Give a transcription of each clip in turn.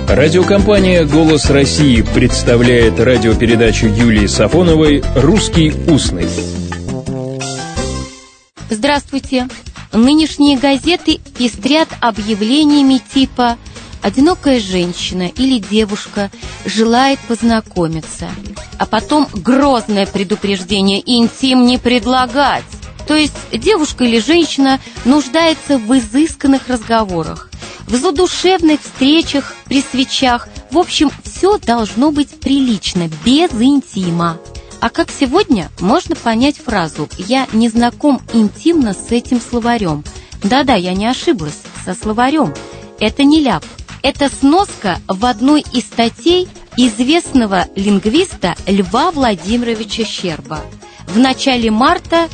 Радиокомпания «Голос России» представляет радиопередачу Юлии Сафоновой «Русский устный». Здравствуйте! Нынешние газеты пестрят объявлениями типа «Одинокая женщина или девушка желает познакомиться», а потом грозное предупреждение «интим не предлагать». То есть девушка или женщина нуждается в изысканных разговорах, в задушевных встречах при свечах. В общем, все должно быть прилично, без интима. А как сегодня можно понять фразу «я не знаком интимно с этим словарем»? Да-да, я не ошиблась, со словарем. Это не ляп. Это сноска в одной из статей известного лингвиста Льва Владимировича Щерба. В начале марта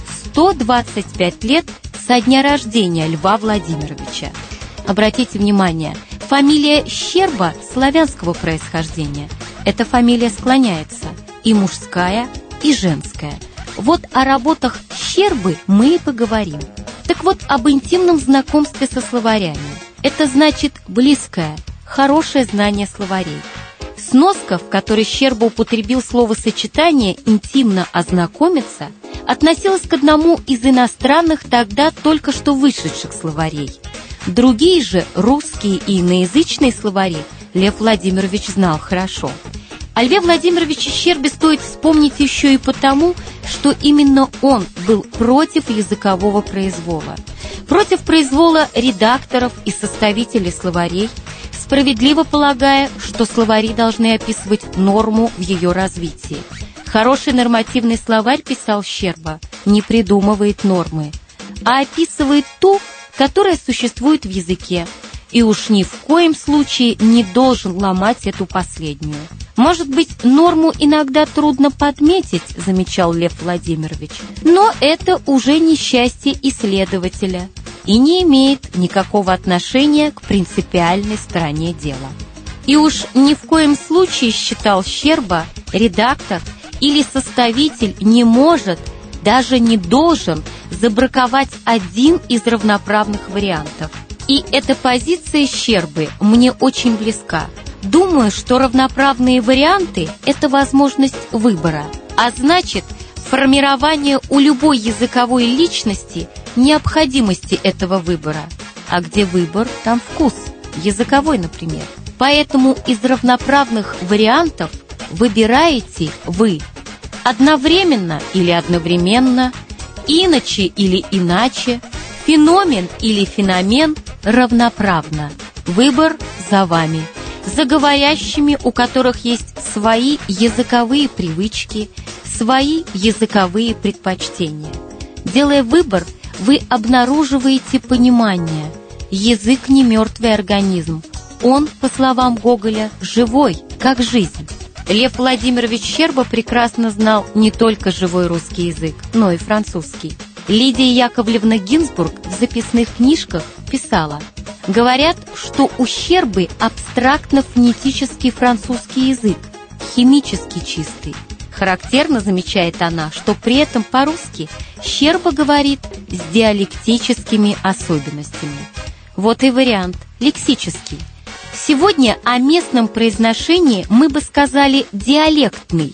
125 лет со дня рождения Льва Владимировича. Обратите внимание, фамилия Щерба славянского происхождения. Эта фамилия склоняется и мужская, и женская. Вот о работах Щербы мы и поговорим. Так вот, об интимном знакомстве со словарями. Это значит близкое, хорошее знание словарей. Сноска, в которой Щерба употребил словосочетание «интимно ознакомиться», относилась к одному из иностранных тогда только что вышедших словарей. Другие же русские и иноязычные словари Лев Владимирович знал хорошо. О Льве Владимировиче Щербе стоит вспомнить еще и потому, что именно он был против языкового произвола. Против произвола редакторов и составителей словарей, справедливо полагая, что словари должны описывать норму в ее развитии. Хороший нормативный словарь, писал Щерба, не придумывает нормы, а описывает ту, которая существует в языке, и уж ни в коем случае не должен ломать эту последнюю. Может быть, норму иногда трудно подметить, замечал Лев Владимирович, но это уже несчастье исследователя и не имеет никакого отношения к принципиальной стороне дела. И уж ни в коем случае, считал Щерба, редактор или составитель не может, даже не должен забраковать один из равноправных вариантов. И эта позиция Щербы мне очень близка. Думаю, что равноправные варианты – это возможность выбора, а значит, формирование у любой языковой личности необходимости этого выбора. А где выбор, там вкус, языковой, например. Поэтому из равноправных вариантов выбираете вы. Одновременно или одновременно, иначе или иначе, феномен или феномен равноправно. Выбор за вами, за говорящими, у которых есть свои языковые привычки, свои языковые предпочтения. Делая выбор, вы обнаруживаете понимание. Язык не мертвый организм. Он, по словам Гоголя, живой, как жизнь. Лев Владимирович Щерба прекрасно знал не только живой русский язык, но и французский. Лидия Яковлевна Гинзбург в записных книжках писала: «Говорят, что у Щербы абстрактно-фонетический французский язык, химически чистый. Характерно, замечает она, что при этом по-русски Щерба говорит с диалектическими особенностями». Вот и вариант лексический. Сегодня о местном произношении мы бы сказали диалектные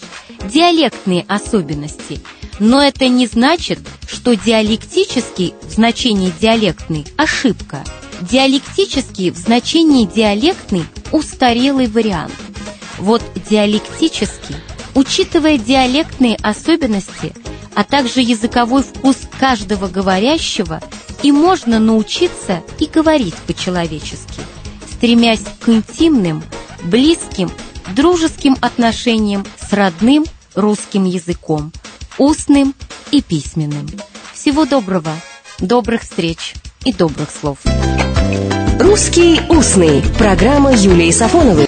особенности. Но это не значит, что диалектический в значении диалектный – ошибка. Диалектический в значении диалектный – устарелый вариант. Вот диалектический, учитывая диалектные особенности, а также языковой вкус каждого говорящего, и можно научиться и говорить по-человечески, стремясь к интимным, близким, дружеским отношениям с родным русским языком, устным и письменным. Всего доброго, добрых встреч и добрых слов. «Русский устный». Программа Юлии Сафоновой.